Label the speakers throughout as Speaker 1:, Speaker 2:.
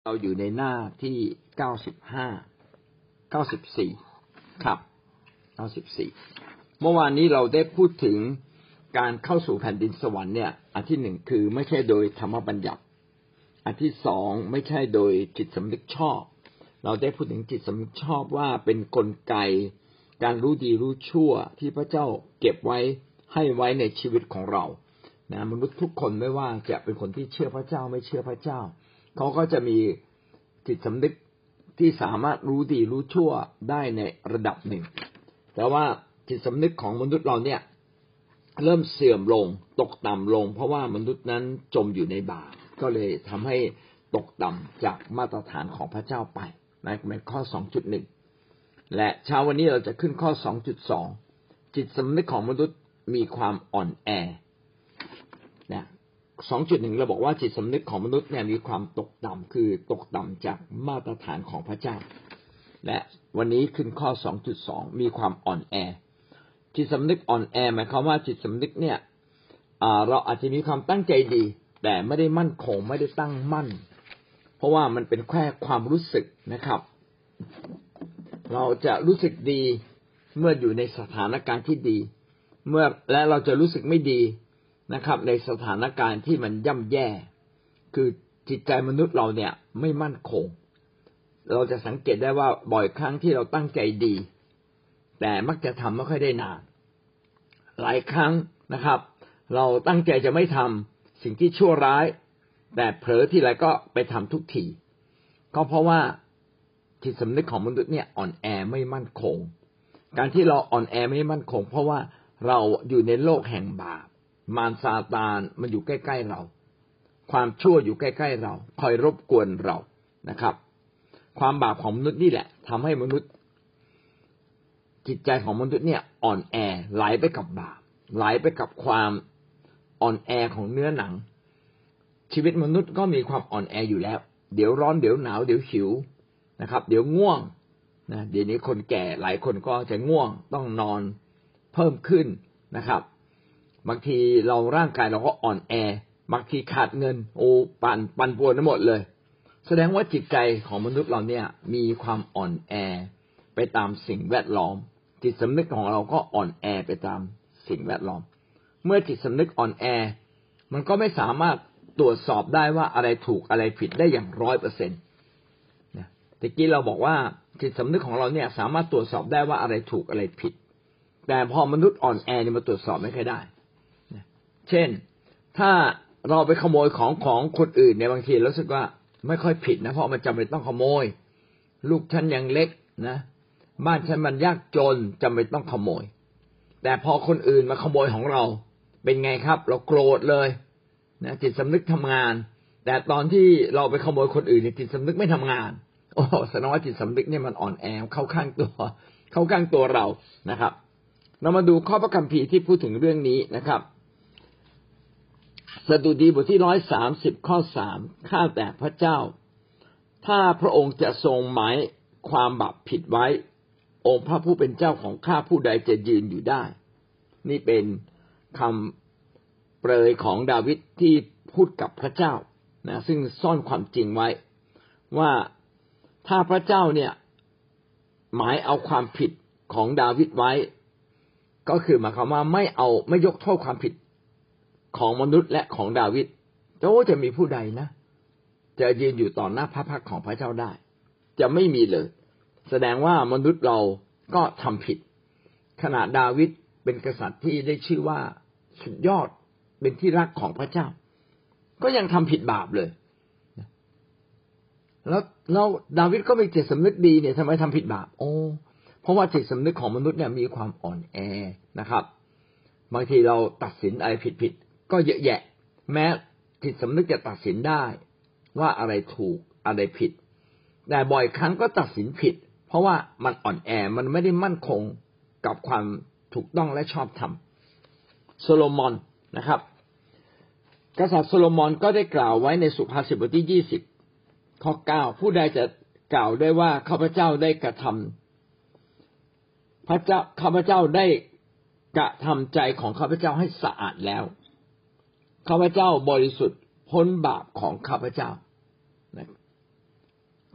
Speaker 1: เราอยู่ในหน้าที่94ครับ94เมื่อวานนี้เราได้พูดถึงการเข้าสู่แผ่นดินสวรรค์เนี่ยอันที่หนึ่งคือไม่ใช่โดยธรรมบัญญัติอันที่สองไม่ใช่โดยจิตสำนึกชอบเราได้พูดถึงจิตสำนึกชอบว่าเป็นกลไกการรู้ดีรู้ชั่วที่พระเจ้าเก็บไว้ให้ไว้ในชีวิตของเรานะมนุษย์ทุกคนไม่ว่าจะเป็นคนที่เชื่อพระเจ้าไม่เชื่อพระเจ้าเขาก็จะมีจิตสำนึกที่สามารถรู้ดีรู้ชั่วได้ในระดับหนึ่งแต่ว่าจิตสำนึกของมนุษย์เราเนี่ยเริ่มเสื่อมลงตกต่ำลงเพราะว่ามนุษย์นั้นจมอยู่ในบาปก็เลยทำให้ตกต่ำจากมาตรฐานของพระเจ้าไปในข้อ 2.1 และเช้าวันนี้เราจะขึ้นข้อ 2.2 จิตสำนึกของมนุษย์มีความอ่อนแอนะ2.1 เราบอกว่าจิตสำนึกของมนุษย์เนี่ยมีความตกต่ำคือตกต่ำจากมาตรฐานของพระเจ้าและวันนี้ขึ้นข้อ 2.2 มีความอ่อนแอจิตสำนึกอ่อนแอหมายความว่าจิตสำนึกเนี่ยเราอาจจะมีความตั้งใจดีแต่ไม่ได้มั่นคงไม่ได้ตั้งมั่นเพราะว่ามันเป็นแค่ความรู้สึกนะครับเราจะรู้สึกดีเมื่ออยู่ในสถานการณ์ที่ดีและเราจะรู้สึกไม่ดีนะครับในสถานการณ์ที่มันย่ำแย่คือจิตใจมนุษย์เราเนี่ยไม่มั่นคงเราจะสังเกตได้ว่าบ่อยครั้งที่เราตั้งใจดีแต่มักจะทำไม่ค่อยได้นานหลายครั้งนะครับเราตั้งใจจะไม่ทำสิ่งที่ชั่วร้ายแต่เผลอทีไรก็ไปทำทุกทีก็เพราะว่าจิตสำนึกของมนุษย์เนี่ยอ่อนแอไม่มั่นคงการที่เราอ่อนแอไม่มั่นคงเพราะว่าเราอยู่ในโลกแห่งบาปมารซาตานมันอยู่ใกล้ๆเราความชั่วอยู่ใกล้ๆเราคอยรบกวนเรานะครับความบาปของมนุษย์นี่แหละทำให้มนุษย์จิตใจของมนุษย์เนี่ยอ่อนแอไหลไปกับบาปไหลไปกับความอ่อนแอของเนื้อหนังชีวิตมนุษย์ก็มีความอ่อนแออยู่แล้วเดี๋ยวร้อนเดี๋ยวหนาวเดี๋ยวหิวนะครับเดี๋ยวง่วงนะเดี๋ยวนี้คนแก่หลายคนก็จะง่วงต้องนอนเพิ่มขึ้นนะครับบางทีเราร่างกายเราก็อ่อนแอบางทีขาดเงินปั่นป่วนทั้งหมดเลยแสดงว่าจิตใจของมนุษย์เราเนี่ยมีความอ่อนแอไปตามสิ่งแวดล้อมจิตสำนึกของเราก็อ่อนแอไปตามสิ่งแวดล้อมเมื่อจิตสำนึกอ่อนแอมันก็ไม่สามารถตรวจสอบได้ว่าอะไรถูกอะไรผิดได้อย่าง 100% นะตะกี้เราบอกว่าจิตสำนึกของเราเนี่ยสามารถตรวจสอบได้ว่าอะไรถูกอะไรผิดแต่พอมนุษย์อ่อนแอเนี่ยมาตรวจสอบไม่ค่อยได้เช่นถ้าเราไปขโมยของคนอื่นเนี่ยบางทีรู้สึกว่าไม่ค่อยผิดนะเพราะมันจำเป็นต้องขโมยลูกฉันยังเล็กนะบ้านฉันมันยากจนจำเป็นต้องขโมยแต่พอคนอื่นมาขโมยของเราเป็นไงครับเราโกรธเลยนะจิตสำนึกทำงานแต่ตอนที่เราไปขโมยคนอื่นเนี่ยจิตสำนึกไม่ทำงานแสดงว่าจิตสำนึกเนี่ยมันอ่อนแอเข้าข้างตัวเรานะครับเรามาดูข้อพระคัมภีร์ที่พูดถึงเรื่องนี้นะครับสดุดีบทที่130ข้อ3ข้าแต่พระเจ้าถ้าพระองค์จะทรงหมายความบาปผิดไว้องค์พระผู้เป็นเจ้าของข้าผู้ใดจะยืนอยู่ได้นี่เป็นคำเปรยของดาวิดที่พูดกับพระเจ้านะซึ่งซ่อนความจริงไว้ว่าถ้าพระเจ้าเนี่ยหมายเอาความผิดของดาวิดไว้ก็คือหมายความว่าไม่ยกโทษความผิดของมนุษย์และของดาวิดจะมีผู้ใดนะจะยืนอยู่ต่อหน้าพระพักของพระเจ้าได้จะไม่มีเลยแสดงว่ามนุษย์เราก็ทำผิดขณะดาวิดเป็นกษัตริย์ที่ได้ชื่อว่าสุดยอดเป็นที่รักของพระเจ้าก็ยังทำผิดบาปเลยแล้วดาวิดก็มีจิตสำนึกดีเนี่ยทำไมทำผิดบาปเพราะว่าจิตสำนึกของมนุษย์เนี่ยมีความอ่อนแอนะครับบางทีเราตัดสินอะไรผิดก็เยอะแยะแม้จิตสำนึกจะตัดสินได้ว่าอะไรถูกอะไรผิดแต่บ่อยครั้งก็ตัดสินผิดเพราะว่ามันอ่อนแอมันไม่ได้มั่นคงกับความถูกต้องและชอบธรรมโซโลมอนนะครับกษัตริย์โซโลมอนก็ได้กล่าวไว้ในสุภาษิตบทที่20ข้อ9ผู้ใดจะกล่าวได้ว่าข้าพเจ้าได้กระทำข้าพเจ้าได้กระทำใจของข้าพเจ้าให้สะอาดแล้วข้าพเจ้าบริสุทธิ์พ้นบาปของข้าพเจ้า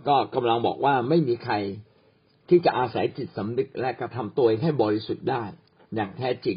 Speaker 1: ก็กำลังบอกว่าไม่มีใครที่จะอาศัยจิตสำนึกและกระทำตัวเองให้บริสุทธิ์ได้อย่างแท้จริง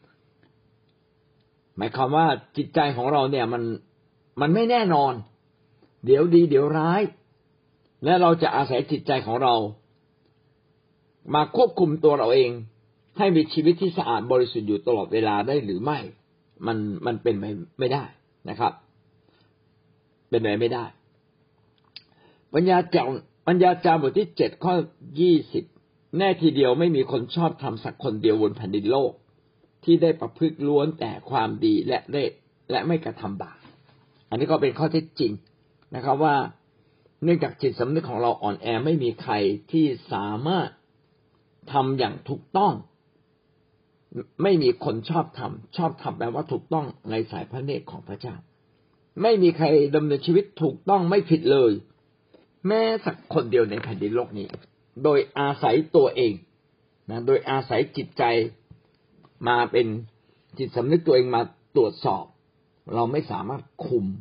Speaker 1: หมายความว่าจิตใจของเราเนี่ยมันไม่แน่นอนเดี๋ยวดีเดี๋ยวร้ายและเราจะอาศัยจิตใจของเรามาควบคุมตัวเราเองให้มีชีวิตที่สะอาดบริสุทธิ์อยู่ตลอดเวลาได้หรือไม่มันเป็นไปไม่ได้นะครับเป็นไปไม่ได้ปัญญาจารย์บทที่7ข้อ20แน่ทีเดียวไม่มีคนชอบธรรมสักคนเดียวบนแผ่นดินโลกที่ได้ประพฤติล้วนแต่ความดีและไม่กระทำบาปอันนี้ก็เป็นข้อเท็จจริงนะครับว่าเนื่องจากจิตสำนึกของเราอ่อนแอไม่มีใครที่สามารถทำอย่างถูกต้องไม่มีคนชอบทำแปลว่าถูกต้องในสายพระเนตรของพระเจ้าไม่มีใครดำเนินชีวิตถูกต้องไม่ผิดเลยแม้สักคนเดียวในแผ่นดินโลกนี้โดยอาศัยตัวเองนะโดยอาศัยจิตใจมาเป็นจิตสำนึกตัวเองมาตรวจสอบเราไม่สามารถคุม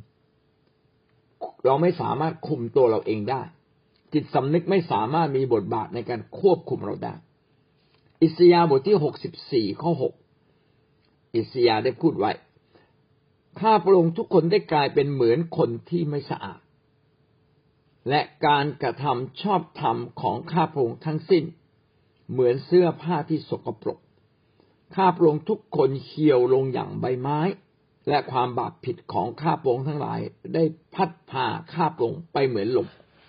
Speaker 1: ตัวเราเองได้จิตสำนึกไม่สามารถมีบทบาทในการควบคุมเราได้อิสยาห์บทที่64ข้อ6อิสยาห์ได้พูดไว้ข้าพระองค์ทุกคนได้กลายเป็นเหมือนคนที่ไม่สะอาดและการกระทำชอบธรรมของข้าพระองค์ทั้งสิ้นเหมือนเสื้อผ้าที่สกปรกข้าพระองค์ทุกคนเหี่ยวลงอย่างใบไม้และความบาปผิดของข้าพระองค์ทั้งหลายได้พัดพาข้าพระองค์ไปเหมือนลม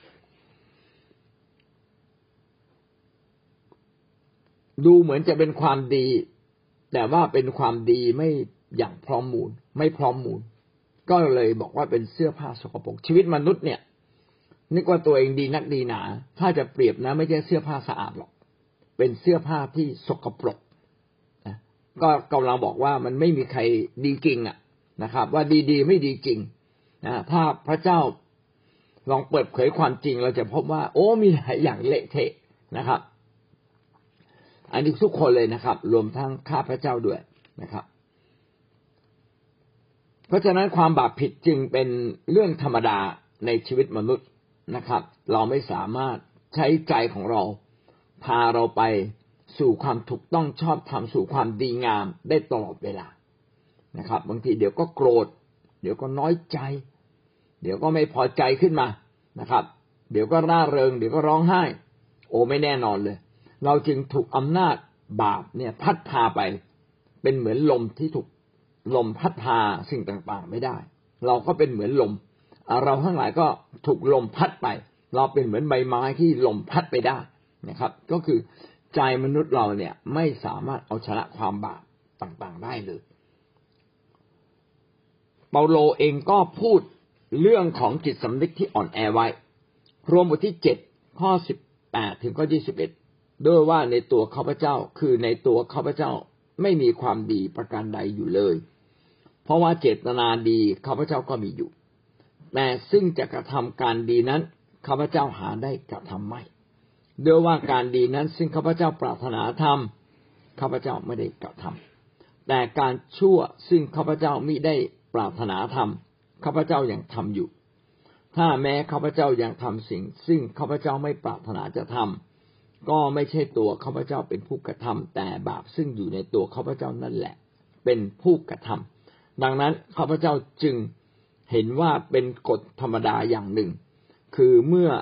Speaker 1: ดูเหมือนจะเป็นความดีแต่ว่าเป็นความดีไม่อย่างพร้อมมูลไม่พร้อมมูลก็เลยบอกว่าเป็นเสื้อผ้าสกปรกชีวิตมนุษย์เนี่ยนึกว่าตัวเองดีนักดีหนาถ้าจะเปรียบนะไม่ใช่เสื้อผ้าสะอาดหรอกเป็นเสื้อผ้าที่สกปรกนะก็กำลังบอกว่ามันไม่มีใครดีจริงนะครับว่าดีไม่ดีจริงนะถ้าพระเจ้าลองเปิดเผยความจริงเราจะพบว่าโอ้มีหลายอย่างเละเทะนะครับอันนี้ทุกคนเลยนะครับรวมทั้งข้าพระเจ้าด้วยนะครับเพราะฉะนั้นความบาปผิดจึงเป็นเรื่องธรรมดาในชีวิตมนุษย์นะครับเราไม่สามารถใช้ใจของเราพาเราไปสู่ความถูกต้องชอบธรรมสู่ความดีงามได้ตลอดเวลานะครับบางทีเดี๋ยวก็โกรธเดี๋ยวก็น้อยใจเดี๋ยวก็ไม่พอใจขึ้นมานะครับเดี๋ยวก็ร่าเริงเดี๋ยวก็ร้องไห้โอ้ไม่แน่นอนเลยเราจึงถูกอำนาจบาปเนี่ยพัดพาไปเป็นเหมือนลมที่ถูกลมพัดพาสิ่งต่างๆไม่ได้เราก็เป็นเหมือนลมเราทั้งหลายก็ถูกลมพัดไปเราเป็นเหมือนใบไม้ที่ลมพัดไปได้นะครับก็คือใจมนุษย์เราเนี่ยไม่สามารถเอาชนะความบาปต่างๆได้เลยเปาโลเองก็พูดเรื่องของจิตสำนึกที่อ่อนแอไว้รวมบทที่7ข้อ18ถึงข้อ21ด้วยว่าในตัวข้าพเจ้าคือในตัวข้าพเจ้าไม่มีความดีประการใดอยู่เลยเพราะว่าเจตนาดีข้าพเจ้าก็มีอยู่แต่ซึ่งจะกระทำการดีนั้นข้าพเจ้าหาได้กระทำไม่ด้วยว่าการดีนั้นซึ่งข้าพเจ้าปรารถนาทำข้าพเจ้าไม่ได้กระทำแต่การชั่วซึ่งข้าพเจ้ามิได้ปรารถนาทำข้าพเจ้ายังทำอยู่ถ้าแม้ข้าพเจ้ายังทำสิ่งซึ่งข้าพเจ้าไม่ปรารถนาจะทำก็ไม่ใช่ตัวข้าพเจ้าเป็นผู้กระทำแต่บาปซึ่งอยู่ในตัวข้าพเจ้านั่นแหละเป็นผู้กระทำดังนั้นข้าพเจ้าจึงเห็นว่าเป็นกฎธรรมดาอย่างหนึ่งคือเมื่อ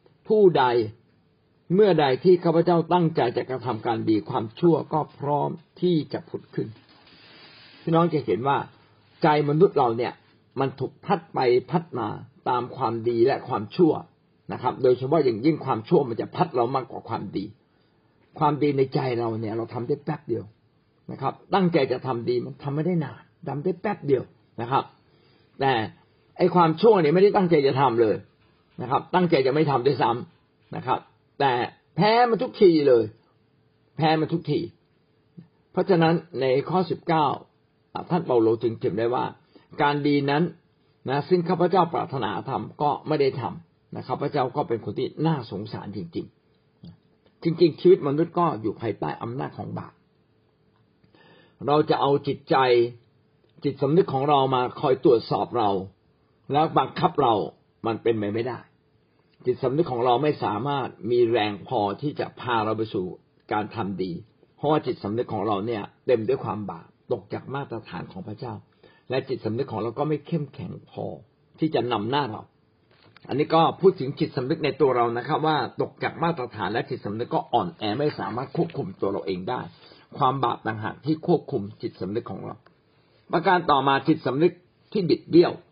Speaker 1: ใดที่ข้าพเจ้าตั้งใจจะกระทำการดีความชั่วก็พร้อมที่จะผุดขึ้นพี่น้องจะเห็นว่าใจมนุษย์เราเนี่ยมันถูกพัดไปพัดมาตามความดีและความชั่วนะครับโดยเฉพาะอย่างยิ่งความชั่วมันจะพัดเรามากกว่าความดีความดีในใจเราเนี่ยเราทำได้แป๊บเดียวนะครับตั้งใจจะทำดีมันทำไม่ได้นานทำได้แป๊บเดียวนะครับแต่ไอ้ความชั่วเนี่ยไม่ได้ตั้งใจจะทำเลยนะครับตั้งใจจะไม่ทำด้วยซ้ำนะครับแต่แพ้มันทุกทีเลยแพ้มันทุกทีเพราะฉะนั้นในข้อ19ท่านเปาโลจึงเขียนได้ว่าการดีนั้นนะซึ่งข้าพเจ้าปรารถนาทำก็ไม่ได้ทำนะครับพระเจ้าก็เป็นคนที่น่าสงสารจริงๆชีวิตมนุษย์ก็อยู่ภายใต้อำนาจของบาปเราจะเอาจิตสำนึกของเรามาคอยตรวจสอบเราแล้วบังคับเรามันเป็นไปไม่ได้จิตสำนึกของเราไม่สามารถมีแรงพอที่จะพาเราไปสู่การทำดีเพราะว่าจิตสำนึกของเราเนี่ยเต็มด้วยความบาปตกจากมาตรฐานของพระเจ้าและจิตสำนึกของเราก็ไม่เข้มแข็งพอที่จะนำหน้าเราอันนี้ก็พูดถึงจิตสำนึกในตัวเรานะครับว่าตกจากมาตรฐานและจิตสำนึกก็อ่อนแอไม่สามารถควบคุมตัวเราเองได้ความบาปต่างหากที่ควบคุมจิตสำนึกของเราประการต่อมาจิตสำนึกที่บิดเบี้ยว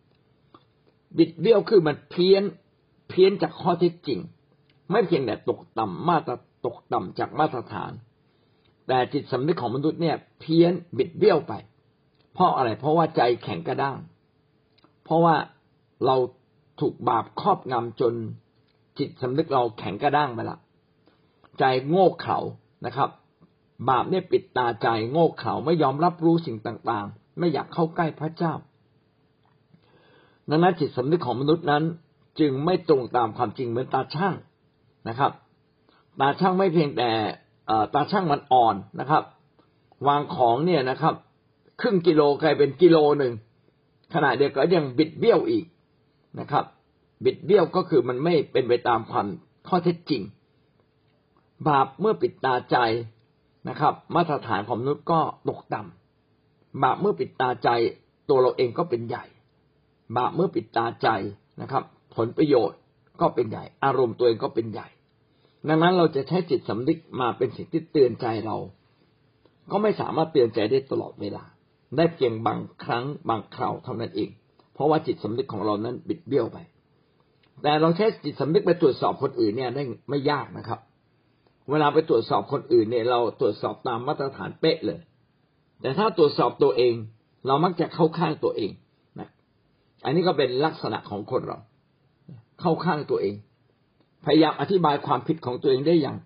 Speaker 1: คือมันเพี้ยนจากข้อเท็จจริงไม่เพียงแต่ตกต่ำจากมาตรฐานแต่จิตสำนึกของมนุษย์เนี่ยเพี้ยนบิดเบี้ยวไปเพราะอะไรเพราะว่าใจแข็งกระด้างเพราะว่าเราถูกบาปครอบงำจนจิตสำนึกเราแข็งกระด้างไปละใจโง่เขลานะครับบาปเนี่ยปิดตาใจโง่เขลาไม่ยอมรับรู้สิ่งต่างๆไม่อยากเข้าใกล้พระเจ้าดังนั้นจิตสำนึกของมนุษย์นั้นจึงไม่ตรงตามความจริงเหมือนตาช่างนะครับตาช่างไม่เพียงแต่ตาช่างมันอ่อนนะครับวางของเนี่ยนะครับครึ่งกิโลกลายเป็นกิโลนึงขณะเดียวกันยังบิดเบี้ยวอีกนะครับบิดเบี้ยวก็คือมันไม่เป็นไปตามความข้อเท็จจริงบาปเมื่อปิดตาใจนะครับมาตรฐานของมนุษย์ก็ตกต่ำบาปเมื่อปิดตาใจตัวเราเองก็เป็นใหญ่บาปเมื่อปิดตาใจนะครับผลประโยชน์ก็เป็นใหญ่อารมณ์ตัวเองก็เป็นใหญ่ดังนั้นเราจะใช้จิตสำนึกมาเป็นสิ่งที่เตือนใจเราก็ไม่สามารถเตือนใจได้ตลอดเวลาได้เพียงบางครั้งบางคราวเท่านั้นเองเพราะว่าจิตสำนึกของเรานั้นบิดเบี้ยวไปแต่เราใช้จิตสำนึกไปตรวจสอบคนอื่นเนี่ยได้ไม่ยากนะครับเวลาไปตรวจสอบคนอื่นเนี่ยเราตรวจสอบตามมาตรฐานเป๊ะเลยแต่ถ้าตรวจสอบตัวเองเรามักจะเข้าข้างตัวเองนะอันนี้ก็เป็นลักษณะของคนเราเข้าข้างตัวเองพยายามอธิบายความผิดของตัวเองได้อย่าง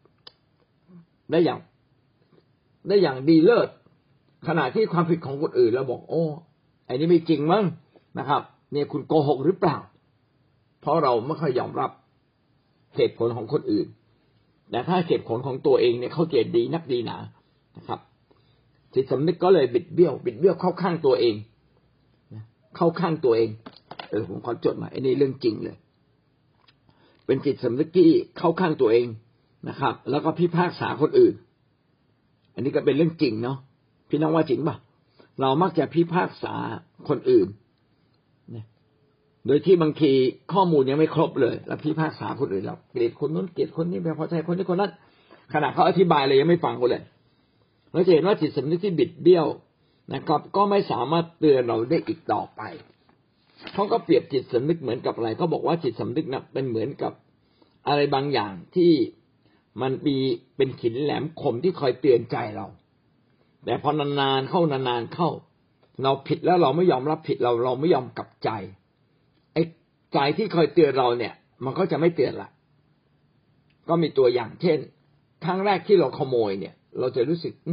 Speaker 1: ดีเลิศขณะที่ความผิดของคนอื่นเราบอกโอ้ไอ้นี่ไม่จริงมั้งนะครับเนี่ยคุณโกหกหรือเปล่าเพราะเราไม่ค่อยยอมรับเหตุผลของคนอื่นแต่ถ้าเหตุผลของตัวเองเนี่ยเข้าใจดีนักดีหนานะครับจิตสำนึกก็เลยบิดเบี้ยวเข้าข้างตัวเองเข้าข้างตัวเองผมขอจดมาไอ้นี่เรื่องจริงเลยเป็นจิตสำนึกที่เข้าข้างตัวเองนะครับแล้วก็พิพากษาคนอื่นอันนี้ก็เป็นเรื่องจริงเนาะพี่น้องว่าจริงป่ะเรามักจะพิพากษาคนอื่นโดยที่บางทีข้อมูลยังไม่ครบเลยแล้วพิพากษาคนอื่นเราเกลียดคนนู้นเกลียดคนนี้ไม่พอใจคนนี้คนนั้นขณะเขาอธิบายเลยยังไม่ฟังเขาเลยเราจะเห็นว่าจิตสำนึกที่บิดเบี้ยวนะครับก็ไม่สามารถเตือนเราได้อีกต่อไปเขาก็เปรียบจิตสำนึกเหมือนกับอะไรเขาบอกว่าจิตสำนึกนั้นเป็นเหมือนกับอะไรบางอย่างที่มันมีเป็นหินแหลมคมที่คอยเตือนใจเราแต่พอนานๆเข้าเราผิดแล้วเราไม่ยอมรับผิดเราไม่ยอมกลับใจไอ้ใจที่คอยเตือนเราเนี่ยมันก็จะไม่เตือนละก็มีตัวอย่างเช่นครั้งแรกที่เราขโมยเนี่ยเราจะรู้สึก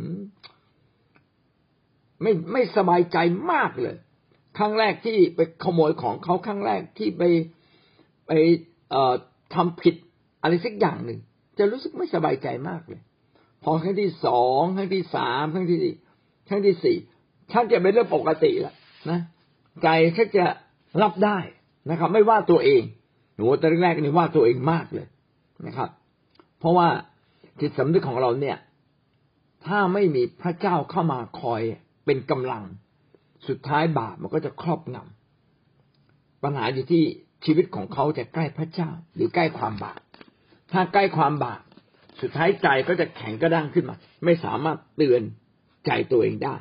Speaker 1: ไม่สบายใจมากเลยครั้งแรกที่ไปขโมยของเขาครั้งแรกที่ไปทำผิดอะไรสักอย่างหนึ่งจะรู้สึกไม่สบายใจมากเลยพอครั้งที่สองครั้งที่สามครั้งที่สี่ฉันจะเป็นเรื่องปกติแล้วนะใจฉันจะรับได้นะครับไม่ว่าตัวเองหนูตอนแรกนี่ว่าตัวเองมากเลยนะครับเพราะว่าจิตสำนึกของเราเนี่ยถ้าไม่มีพระเจ้าเข้ามาคอยเป็นกำลังสุดท้ายบาปมันก็จะครอบงำปัญหาอยู่ที่ชีวิตของเขาจะใกล้พระเจ้าหรือใกล้ความบาปถ้าใกล้ความบาปสุดท้ายใจก็จะแข็งกระด้างขึ้นมาไม่สามารถเตือนใจตัวเองได้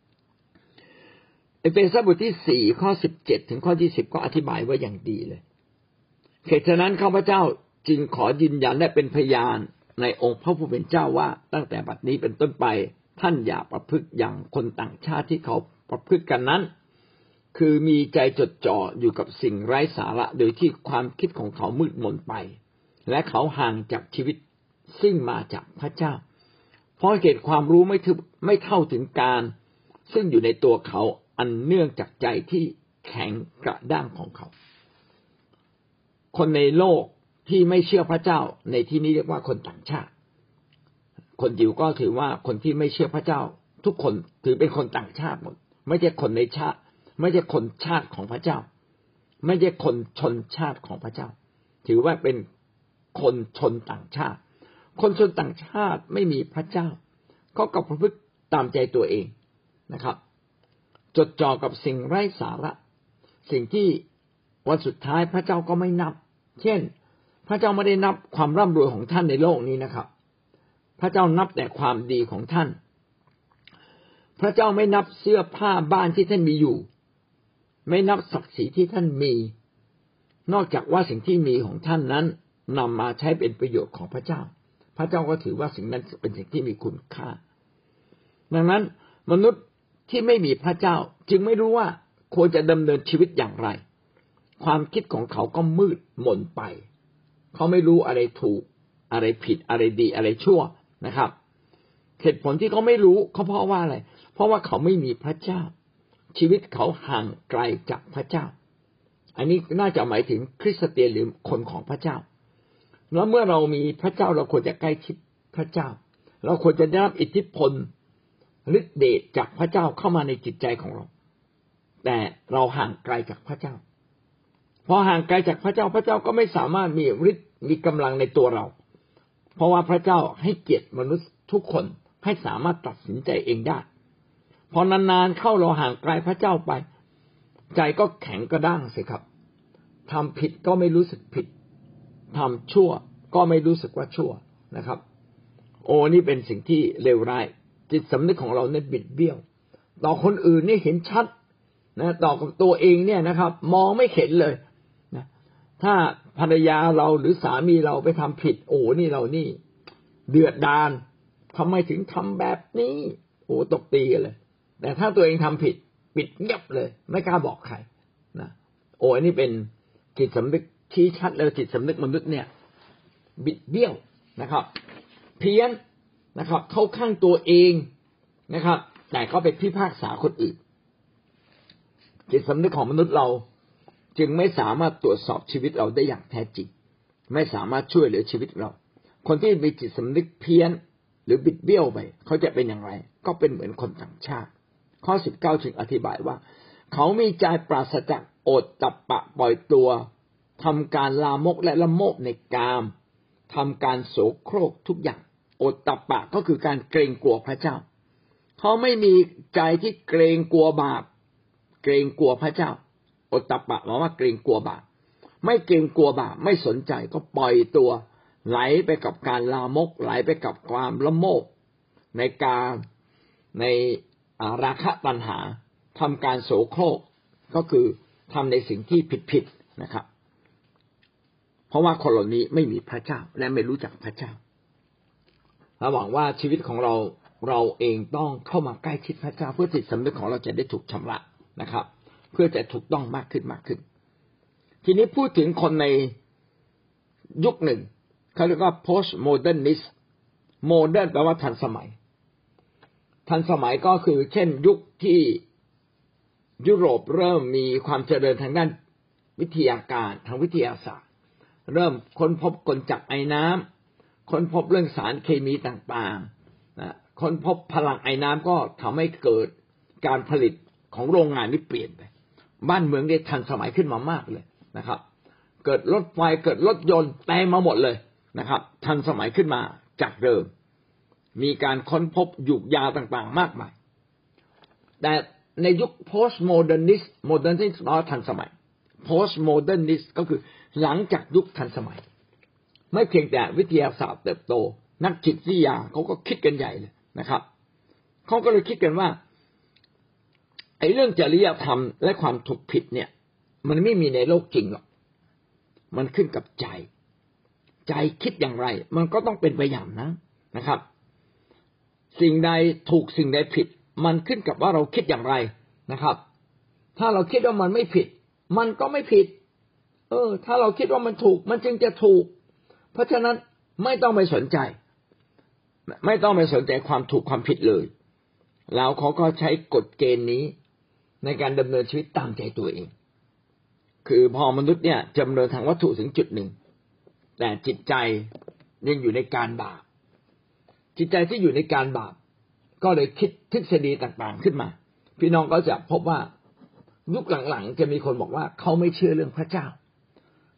Speaker 1: เอเฟซัสบทที่4ข้อ17ถึงข้อ20ก็อธิบายไว้อย่างดีเลยเหตุฉะนั้นข้าพเจ้าจึงขอยืนยันและเป็นพยานในองค์พระผู้เป็นเจ้าว่าตั้งแต่บัดนี้เป็นต้นไปท่านอย่าประพฤติอย่างคนต่างชาติที่เขาประพฤติกันนั้นคือมีใจจดจ่ออยู่กับสิ่งไร้สาระโดยที่ความคิดของเขามืดมนไปและเขาห่างจากชีวิตซึ่งมาจากพระเจ้าเพราะเหตุความรู้ไม่เท่าถึงการซึ่งอยู่ในตัวเขาอันเนื่องจากใจที่แข็งกระด้างของเขาคนในโลกที่ไม่เชื่อพระเจ้าในที่นี้เรียกว่าคนต่างชาติคนยิวก็ถือว่าคนที่ไม่เชื่อพระเจ้าทุกคนถือเป็นคนต่างชาติหมดไม่ใช่คนในชาติไม่ใช่คนชาติของพระเจ้าไม่ใช่คนชนชาติของพระเจ้าถือว่าเป็นคนชนต่างชาติคนชนต่างชาติไม่มีพระเจ้าเขาก็ประพฤติตามใจตัวเองนะครับจดจ่อกับสิ่งไร้สาระสิ่งที่วันสุดท้ายพระเจ้าก็ไม่นับเช่นพระเจ้าไม่ได้นับความร่ำรวยของท่านในโลกนี้นะครับพระเจ้านับแต่ความดีของท่านพระเจ้าไม่นับเสื้อผ้าบ้านที่ท่านมีอยู่ไม่นับศักดิ์ศรีที่ท่านมีนอกจากว่าสิ่งที่มีของท่านนั้นนำมาใช้เป็นประโยชน์ของพระเจ้าพระเจ้าก็ถือว่าสิ่งนั้นเป็นสิ่งที่มีคุณค่าดังนั้นมนุษย์ที่ไม่มีพระเจ้าจึงไม่รู้ว่าควรจะดำเนินชีวิตอย่างไรความคิดของเขาก็มืดมนไปเขาไม่รู้อะไรถูกอะไรผิดอะไรดีอะไรชั่วนะครับเหตุผลที่เขาไม่รู้เขาเพราะว่าอะไรเพราะว่าเขาไม่มีพระเจ้าชีวิตเขาห่างไกลจากพระเจ้าอันนี้น่าจะหมายถึงคริสเตียนหรือคนของพระเจ้าแล้วเมื่อเรามีพระเจ้าเราควรจะใกล้ชิดพระเจ้าเราควรจะได้รับอิทธิพลฤทธิเดชจากพระเจ้าเข้ามาในจิตใจของเราแต่เราห่างไกลจากพระเจ้าพอห่างไกลจากพระเจ้าพระเจ้าก็ไม่สามารถมีฤทธิ์มีกำลังในตัวเราเพราะว่าพระเจ้าให้เกียรติมนุษย์ทุกคนให้สามารถตัดสินใจเองได้พอนานๆเข้าเราห่างไกลพระเจ้าไปใจก็แข็งกระด้างสิครับทำผิดก็ไม่รู้สึกผิดทำชั่วก็ไม่รู้สึกว่าชั่วนะครับโอ้นี่เป็นสิ่งที่เลวร้ายจิตสำนึกของเราเนี่ยบิดเบี้ยวต่อคนอื่นนี่เห็นชัดนะต่อกับตัวเองเนี่ยนะครับมองไม่เห็นเลยนะถ้าภรรยาเราหรือสามีเราไปทำผิดโอ้นี่เรานี่เดือดดาลทำไมถึงทำแบบนี้โอ้ตบตีกันเลยแต่ถ้าตัวเองทำผิดปิดเงียบเลยไม่กล้าบอกใครนะโอ้อันนี้เป็นจิตสำนึกชี้ชัดเลยจิตสำนึกมนุษย์เนี่ยบิดเบี้ยวนะครับเพี้ยนนะครับเข้าข้างตัวเองนะครับแต่ก็ไปพิพากษาคนอื่นจิตสำนึกของมนุษย์เราจึงไม่สามารถตรวจสอบชีวิตเราได้อย่างแท้จริงไม่สามารถช่วยเหลือชีวิตเราคนที่มีจิตสำนึกเพี้ยนหรือบิดเบี้ยวไปเขาจะเป็นอย่างไรก็เป็นเหมือนคนต่างชาติข้อ19จึงอธิบายว่าเขามีใจปราศจากโอตตัปปะปล่อยตัวทำการลามกและละโมบในกามทำการโสโครกทุกอย่างโอตตัปปะก็คือการเกรงกลัวพระเจ้าเขาไม่มีใจที่เกรงกลัวบาปเกรงกลัวพระเจ้าโอตตัปปะหมายว่าเกรงกลัวบาปไม่เกรงกลัวบาปไม่สนใจก็ปล่อยตัวไหลไปกับการลามกไหลไปกับความละโมบในการในราคะตัณหาทำการโสโครกก็คือทำในสิ่งที่ผิดๆนะครับเพราะว่าคนเหล่านี้ไม่มีพระเจ้าและไม่รู้จักพระเจ้าเราหวังว่าชีวิตของเราเองต้องเข้ามาใกล้ชิดพระเจ้าเพื่อจิตสำนึกของเราจะได้ถูกชำระนะครับเพื่อจะถูกต้องมากขึ้นทีนี้พูดถึงคนในยุคหนึ่งเขาเรียกว่า postmodernist modern แปลว่าทันสมัยก็คือเช่นยุคที่ยุโรปเริ่มมีความเจริญทางด้านวิทยาการทางวิทยาศาสตร์เริ่มค้นพบกลจักรไอน้ำค้นพบเรื่องสารเคมีต่างๆนะค้นพบพลังไอน้ำก็ทำให้เกิดการผลิตของโรงงานนี้เปลี่ยนไปบ้านเมืองได้ทันสมัยขึ้นมามากเลยนะครับเกิดรถไฟเกิดรถยนต์เต็มมาหมดเลยนะครับทันสมัยขึ้นมาจากเดิมมีการค้นพบยุกยาต่างๆมากมายแต่ในยุค postmodernist ทันสมัย postmodernist ก็คือหลังจากยุคทันสมัยไม่เพียงแต่วิทยาศาสตร์เติบโตนักจิตวิทยาเขาก็คิดกันใหญ่เลยนะครับเขาก็เลยคิดกันว่าไอ้เรื่องจริยธรรมและความถูกผิดเนี่ยมันไม่มีในโลกจริงหรอกมันขึ้นกับใจคิดอย่างไรมันก็ต้องเป็นไปอย่างนั้นนะครับสิ่งใดถูกสิ่งใดผิดมันขึ้นกับว่าเราคิดอย่างไรนะครับถ้าเราคิดว่ามันไม่ผิดมันก็ไม่ผิดถ้าเราคิดว่ามันถูกมันจึงจะถูกเพราะฉะนั้นไม่ต้องไปสนใจความถูกความผิดเลยแล้วเขาก็ใช้กฎเกณฑ์นี้ในการดำเนินชีวิตตามใจตัวเองคือพอมนุษย์เนี่ยดำเนินทางวัตถุถึงจุดหนึ่งแต่จิตใจยังอยู่ในการบาปจิตใจที่อยู่ในการบาปก็เลยคิดทฤษฎีต่างๆขึ้นมาพี่น้องก็จะพบว่ายุคหลังๆจะมีคนบอกว่าเขาไม่เชื่อเรื่องพระเจ้า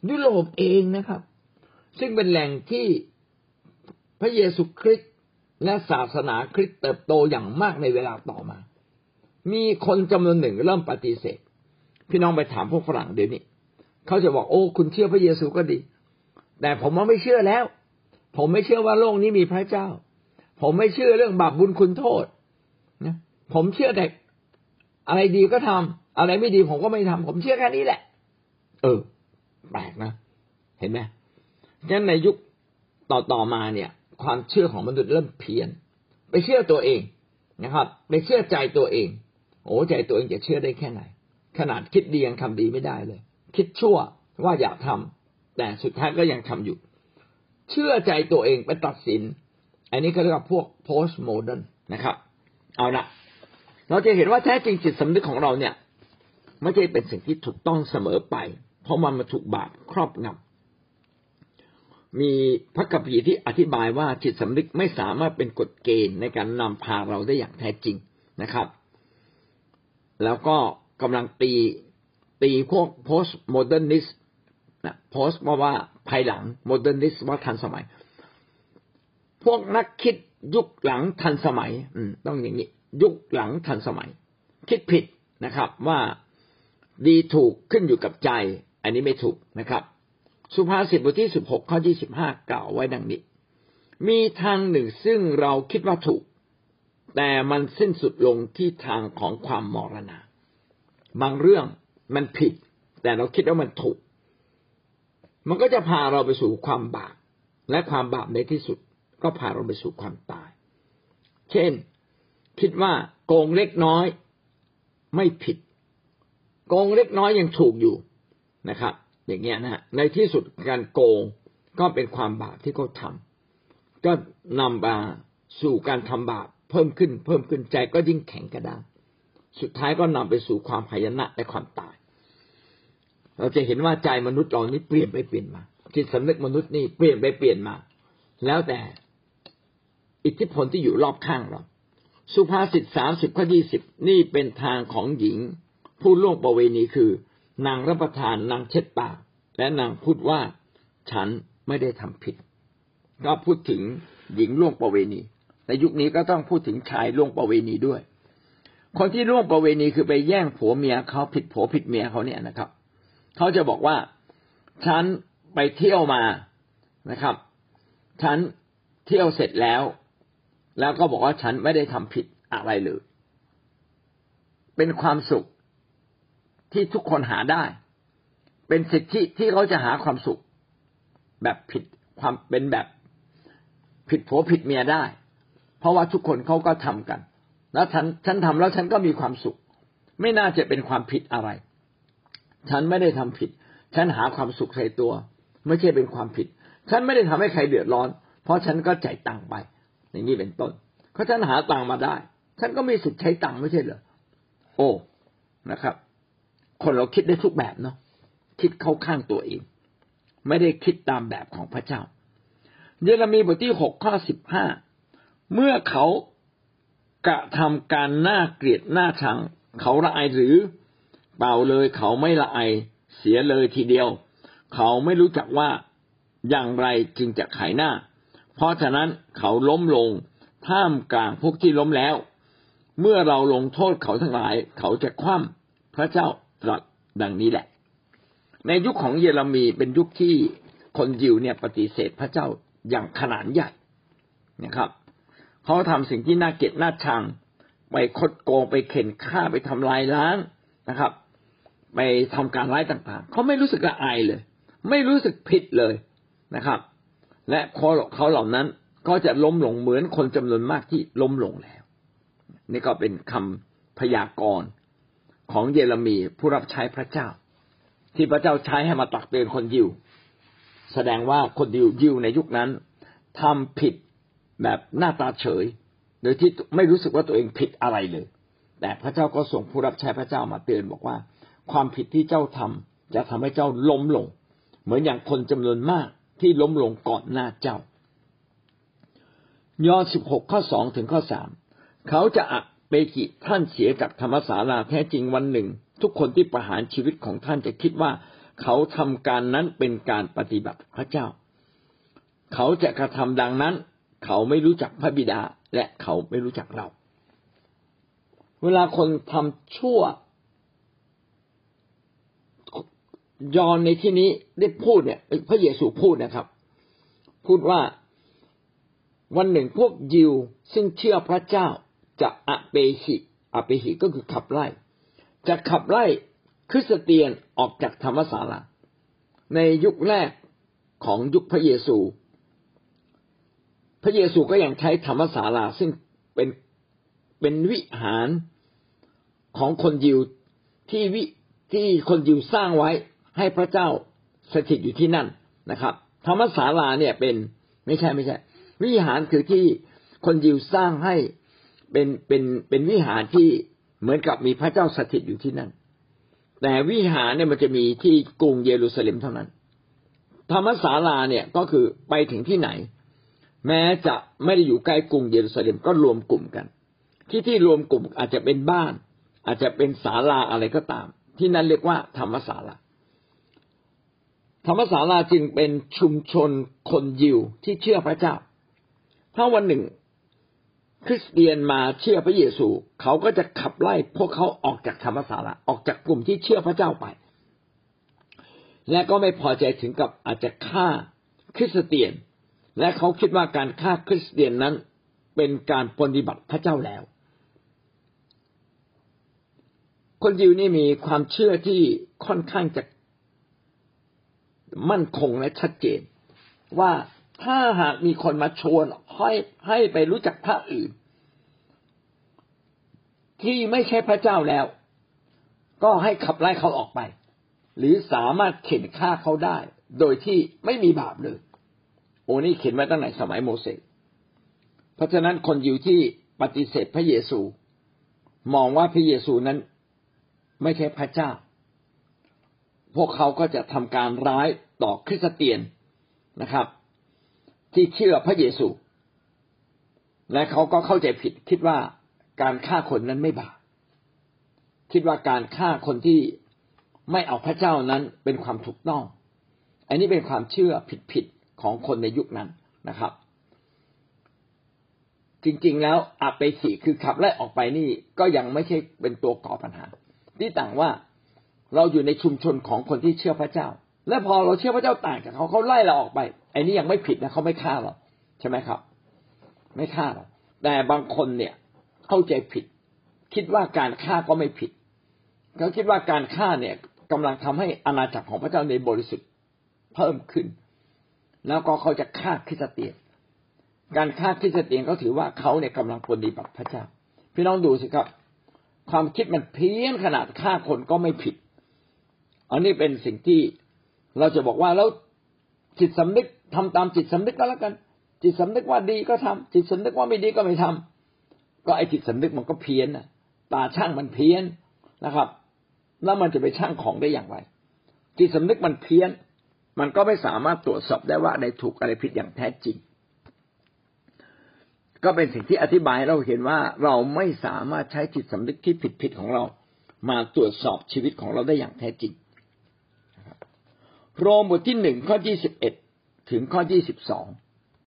Speaker 1: ยุโรปเองนะครับซึ่งเป็นแหล่งที่พระเยซูคริสต์และศาสนาคริสต์เติบโตอย่างมากในเวลาต่อมามีคนจำนวนหนึ่งเริ่มปฏิเสธพี่น้องไปถามพวกฝรั่งเดี๋ยวนี้เขาจะบอกโอ้คุณเชื่อพระเยซูก็ดีแต่ผมไม่เชื่อแล้วผมไม่เชื่อว่าโลกนี้มีพระเจ้าผมไม่เชื่อเรื่องบาปบุญคุณโทษนะผมเชื่อแต่อะไรดีก็ทำอะไรไม่ดีผมก็ไม่ทำผมเชื่อแค่นี้แหละแปลกนะเห็นไหมงั้นในยุคต่อมาเนี่ยความเชื่อของมนุษย์เริ่มเพี้ยนไปเชื่อตัวเองนะครับไปเชื่อใจตัวเองโอ้ใจตัวเองจะเชื่อได้แค่ไหนขนาดคิดดียังทำดีไม่ได้เลยคิดชั่วว่าอยากทำแต่สุดท้ายก็ยังทำอยู่เชื่อใจตัวเองไปตัดสินอันนี้เขาเรียกว่าพวก post modern นะครับเอาละเราจะเห็นว่าแท้จริงจิตสำนึกของเราเนี่ยไม่ใช่เป็นสิ่งที่ถูกต้องเสมอไปเพราะมันมาถูกบาปครอบงำมีพระคัมภีร์ที่อธิบายว่าจิตสำนึกไม่สามารถเป็นกฎเกณฑ์ในการนำพาเราได้อย่างแท้จริงนะครับแล้วก็กำลังตีพวก post modernist นะ post ว่าภายหลัง modernist ว่าทันสมัยพวกนักคิดยุคหลังทันสมัยต้องอย่างนี้ยุคหลังทันสมัยคิดผิดนะครับว่าดีถูกขึ้นอยู่กับใจอันนี้ไม่ถูกนะครับสุภาษิตบทที่16ข้อ25กล่าวไว้ดังนี้มีทางหนึ่งซึ่งเราคิดว่าถูกแต่มันสิ้นสุดลงที่ทางของความมรณะบางเรื่องมันผิดแต่เราคิดว่ามันถูกมันก็จะพาเราไปสู่ความบาปและความบาปในที่สุดก็พาเราไปสู่ความตายเช่นคิดว่าโกงเล็กน้อยไม่ผิดโกงเล็กน้อยยังถูกอยู่นะครับอย่างเงี้ยนะฮะในที่สุดการโกงก็เป็นความบาปที่เขาทำก็นำมาสู่การทำบาปเพิ่มขึ้นใจก็ยิ่งแข็งกระด้างสุดท้ายก็นำไปสู่ความหายนะและความตายเราจะเห็นว่าใจมนุษย์เรานี่เปลี่ยนไปเปลี่ยนมาจิตสำนึกมนุษย์นี่เปลี่ยนไปเปลี่ยนมาแล้วแต่อิทธิพลที่อยู่รอบข้างเราสุภาษิต30ข้อ20นี่เป็นทางของหญิงผู้ล่วงประเวณีคือนางรับประทานนางเช็ดปากและนางพูดว่าฉันไม่ได้ทำผิดก็พูดถึงหญิงล่วงประเวณีในยุคนี้ก็ต้องพูดถึงชายล่วงประเวณีด้วยคนที่ล่วงประเวณีคือไปแย่งผัวเมียเขาผิดผัวผิดเมียเขาเนี่ยนะครับเขาจะบอกว่าฉันไปเที่ยวมานะครับฉันเที่ยวเสร็จแล้วก็บอกว่าฉันไม่ได้ทำผิดอะไรเลยเป็นความสุขที่ทุกคนหาได้เป็นสิทธิที่เขาจะหาความสุขแบบผิดความเป็นแบบผิดผัวผิดเมียได้เพราะว่าทุกคนเขาก็ทำกันแล้วฉันทำแล้วฉันก็มีความสุขไม่น่าจะเป็นความผิดอะไรฉันไม่ได้ทำผิดฉันหาความสุขใส่ตัวไม่ใช่เป็นความผิดฉันไม่ได้ทำให้ใครเดือดร้อนเพราะฉันก็จ่ายตังค์ไปอย่างนี้เป็นต้นเพราะฉันหาตังค์มาได้ฉันก็มีสิทธิ์ใช้ตังค์ไม่ใช่เหรอโอ้นะครับคนเราคิดได้ทุกแบบเนาะคิดเข้าข้างตัวเองไม่ได้คิดตามแบบของพระเจ้าเยเรมีบทที่6ข้อ15เมื่อเขากระทำการน่าเกลียดน่าชังเขาละอายหรือเปล่าเลยเขาไม่ละอายเสียเลยทีเดียวเขาไม่รู้จักว่าอย่างไรจึงจะขายหน้าเพราะฉะนั้นเขาล้มลงท่ามกลางพวกที่ล้มแล้วเมื่อเราลงโทษเขาทั้งหลายเขาจะคว่ำพระเจ้าตรัสดังนี้แหละในยุคของเยเรมีเป็นยุคที่คนยิวเนี่ยปฏิเสธพระเจ้าอย่างขนาดใหญ่นะครับเขาทำสิ่งที่น่าเกลียดน่าชังไปคดโกงไปเข็นฆ่าไปทำลายล้างนะครับไปทำการร้ายต่างๆเขาไม่รู้สึกละอายเลยไม่รู้สึกผิดเลยนะครับและเขาเหล่านั้นก็จะล้มลงเหมือนคนจำนวนมากที่ล้มลงแล้วนี่ก็เป็นคำพยากรณ์ของเยเรมีผู้รับใช้พระเจ้าที่พระเจ้าใช้ให้มาตักเตือนคนยิวแสดงว่าคนยิวในยุคนั้นทำผิดแบบหน้าตาเฉยโดยที่ไม่รู้สึกว่าตัวเองผิดอะไรเลยแต่พระเจ้าก็ส่งผู้รับใช้พระเจ้ามาเตือนบอกว่าความผิดที่เจ้าทำจะทำให้เจ้าล้มลงเหมือนอย่างคนจำนวนมากที่ล้มลงก่อนหน้าเจ้ายอห์น16ข้อ2ถึงข้อ3เขาจะอเปกิท่านเสียจากธรรมศาลาแท้จริงวันหนึ่งทุกคนที่ประหารชีวิตของท่านจะคิดว่าเขาทำการนั้นเป็นการปฏิบัติพระเจ้าเขาจะกระทำดังนั้นเขาไม่รู้จักพระบิดาและเขาไม่รู้จักเราเวลาคนทำชั่วยอห์นในที่นี้ได้พูดเนี่ยพระเยซูพูดนะครับพูดว่าวันหนึ่งพวกยิวซึ่งเชื่อพระเจ้าจะอเปหิก็คือขับไล่จะขับไล่คริสเตียนออกจากธรรมศาลาในยุคแรกของยุคพระเยซูก็ยังใช้ธรรมศาลาซึ่งเป็นวิหารของคนยิวที่คนยิวสร้างไว้ให้พระเจ้าสถิตอยู่ที่นั่นนะครับธรรมศาลาเนี่ยเป็นไม่ใช่วิหารคือที่คนยิวสร้างให้เป็นวิหารที่เหมือนกับมีพระเจ้าสถิตอยู่ที่นั่นแต่วิหารเนี่ยมันจะมีที่กรุงเยรูซาเล็มเท่านั้นธรรมศาลาเนี่ยก็คือไปถึงที่ไหนแม้จะไม่ได้อยู่ใกล้กรุงเยรูซาเล็มก็รวมกลุ่มกันที่รวมกลุ่มอาจจะเป็นบ้านอาจจะเป็นศาลาอะไรก็ตามที่นั่นเรียกว่าธรรมศาลาจึงเป็นชุมชนคนยิวที่เชื่อพระเจ้าถ้าวันหนึ่งคริสเตียนมาเชื่อพระเยซูเขาก็จะขับไล่พวกเขาออกจากธรรมศาลาออกจากกลุ่มที่เชื่อพระเจ้าไปและก็ไม่พอใจถึงกับอาจจะฆ่าคริสเตียนและเขาคิดว่าการฆ่าคริสเตียนนั้นเป็นการปฏิบัติพระเจ้าแล้วคนยิวนี่มีความเชื่อที่ค่อนข้างจะมั่นคงและชัดเจนว่าถ้าหากมีคนมาชวนให้ไปรู้จักพระอื่นที่ไม่ใช่พระเจ้าแล้วก็ให้ขับไล่เขาออกไปหรือสามารถเข็นฆ่าเขาได้โดยที่ไม่มีบาปเลยนี่เขียนไว้ตั้งแต่สมัยโมเสสเพราะฉะนั้นคนยิวที่ปฏิเสธพระเยซูมองว่าพระเยซูนั้นไม่ใช่พระเจ้าพวกเขาก็จะทำการร้ายต่อคริสเตียนนะครับที่เชื่อพระเยซูและเขาก็เข้าใจผิดคิดว่าการฆ่าคนนั้นไม่บาปคิดว่าการฆ่าคนที่ไม่เอาพระเจ้านั้นเป็นความถูกต้องอันนี้เป็นความเชื่อผิดของคนในยุคนั้นนะครับจริงๆแล้วอเปหิคือขับไล่ออกไปนี่ก็ยังไม่ใช่เป็นตัวก่อปัญหาที่ต่างว่าเราอยู่ในชุมชนของคนที่เชื่อพระเจ้าและพอเราเชื่อพระเจ้าต่างจากเขาไล่เราออกไปไอ้นี่ยังไม่ผิดนะเขาไม่ฆ่าเราใช่ไหมครับไม่ฆ่าเราแต่บางคนเนี่ยเข้าใจผิดคิดว่าการฆ่าก็ไม่ผิดเขาคิดว่าการฆ่าเนี่ยกำลังทำให้อาณาจักรของพระเจ้าในบริสุทธิ์เพิ่มขึ้นแล้วก็เขาจะฆ่าคริสเตียนการฆ่าคริสเตียนเขาถือว่าเขาเนี่ยกำลังปฏิบัติพระเจ้าพี่น้องดูสิครับความคิดมันเพี้ยนขนาดฆ่าคนก็ไม่ผิดอันนี้เป็นสิ่งที่เราจะบอกว่าแล้วจิตสำนึกทำตามจิตสำนึกก็แล้วกันจิตสำนึกว่าดีก็ทำจิตสำนึกว่าไม่ดีก็ไม่ทำก็ไอ้จิตสำนึกมันก็เพี้ยนนะตาช่างมันเพี้ยนนะครับแล้วมันจะไปช่างของได้อย่างไรจิตสำนึกมันเพี้ยนมันก็ไม่สามารถตรวจสอบได้ว่าอะไรถูกอะไรผิดอย่างแท้จริงก็เป็นสิ่งที่อธิบายเราเห็นว่าเราไม่สามารถใช้จิตสำนึกที่ผิดของเรามาตรวจสอบชีวิตของเราได้อย่างแท้จริงโรมบทที่1ข้อ21ถึงข้อ22